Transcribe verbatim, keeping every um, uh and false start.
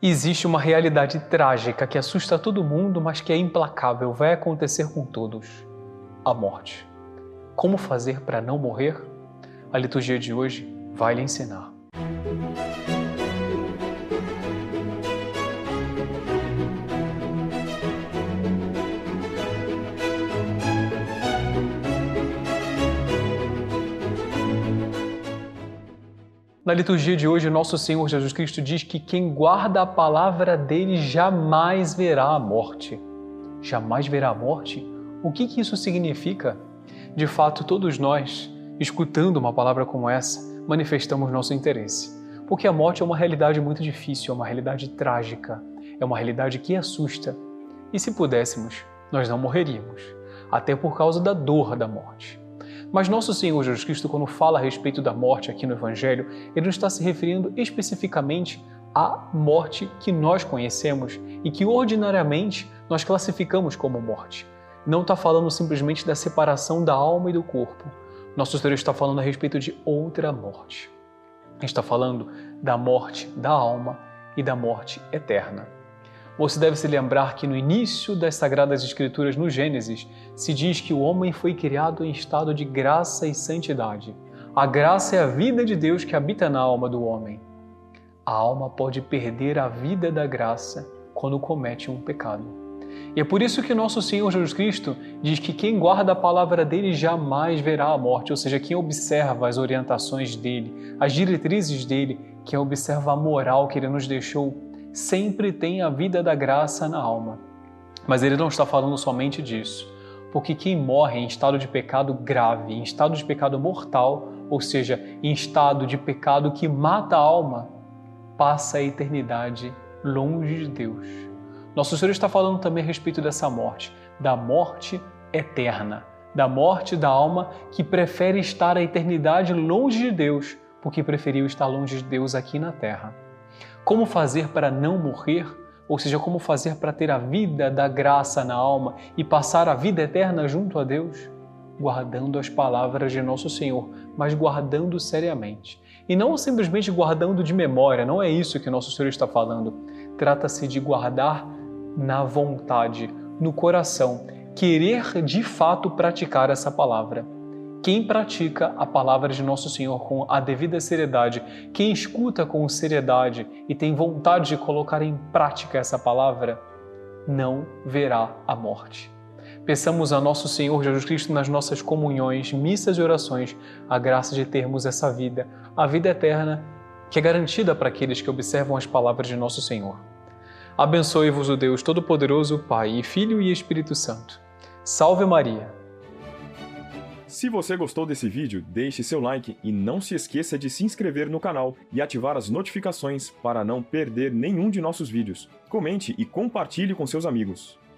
Existe uma realidade trágica que assusta todo mundo, mas que é implacável, vai acontecer com todos: a morte. Como fazer para não morrer? A liturgia de hoje vai lhe ensinar. Na liturgia de hoje, nosso Senhor Jesus Cristo diz que quem guarda a palavra dele jamais verá a morte. Jamais verá a morte? O que que isso significa? De fato, todos nós, escutando uma palavra como essa, manifestamos nosso interesse. Porque a morte é uma realidade muito difícil, é uma realidade trágica, é uma realidade que assusta. E se pudéssemos, nós não morreríamos, até por causa da dor da morte. Mas nosso Senhor Jesus Cristo, quando fala a respeito da morte aqui no Evangelho, ele não está se referindo especificamente à morte que nós conhecemos e que ordinariamente nós classificamos como morte. Não está falando simplesmente da separação da alma e do corpo. Nosso Senhor está falando a respeito de outra morte. Ele está falando da morte da alma e da morte eterna. Você deve se lembrar que no início das Sagradas Escrituras, no Gênesis, se diz que o homem foi criado em estado de graça e santidade. A graça é a vida de Deus que habita na alma do homem. A alma pode perder a vida da graça quando comete um pecado. E é por isso que nosso Senhor Jesus Cristo diz que quem guarda a palavra dele jamais verá a morte, ou seja, quem observa as orientações dele, as diretrizes dele, quem observa a moral que ele nos deixou, sempre tem a vida da graça na alma. Mas ele não está falando somente disso, porque quem morre em estado de pecado grave, em estado de pecado mortal, ou seja, em estado de pecado que mata a alma, passa a eternidade longe de Deus. Nosso Senhor está falando também a respeito dessa morte, da morte eterna, da morte da alma que prefere estar a eternidade longe de Deus, porque preferiu estar longe de Deus aqui na terra. Como fazer para não morrer? Ou seja, como fazer para ter a vida da graça na alma e passar a vida eterna junto a Deus? Guardando as palavras de nosso Senhor, mas guardando seriamente. E não simplesmente guardando de memória, não é isso que nosso Senhor está falando. Trata-se de guardar na vontade, no coração, querer de fato praticar essa palavra. Quem pratica a palavra de nosso Senhor com a devida seriedade, quem escuta com seriedade e tem vontade de colocar em prática essa palavra, não verá a morte. Peçamos a nosso Senhor Jesus Cristo nas nossas comunhões, missas e orações a graça de termos essa vida, a vida eterna, que é garantida para aqueles que observam as palavras de nosso Senhor. Abençoe-vos o Deus Todo-Poderoso, Pai, e Filho e Espírito Santo. Salve Maria! Se você gostou desse vídeo, deixe seu like e não se esqueça de se inscrever no canal e ativar as notificações para não perder nenhum de nossos vídeos. Comente e compartilhe com seus amigos.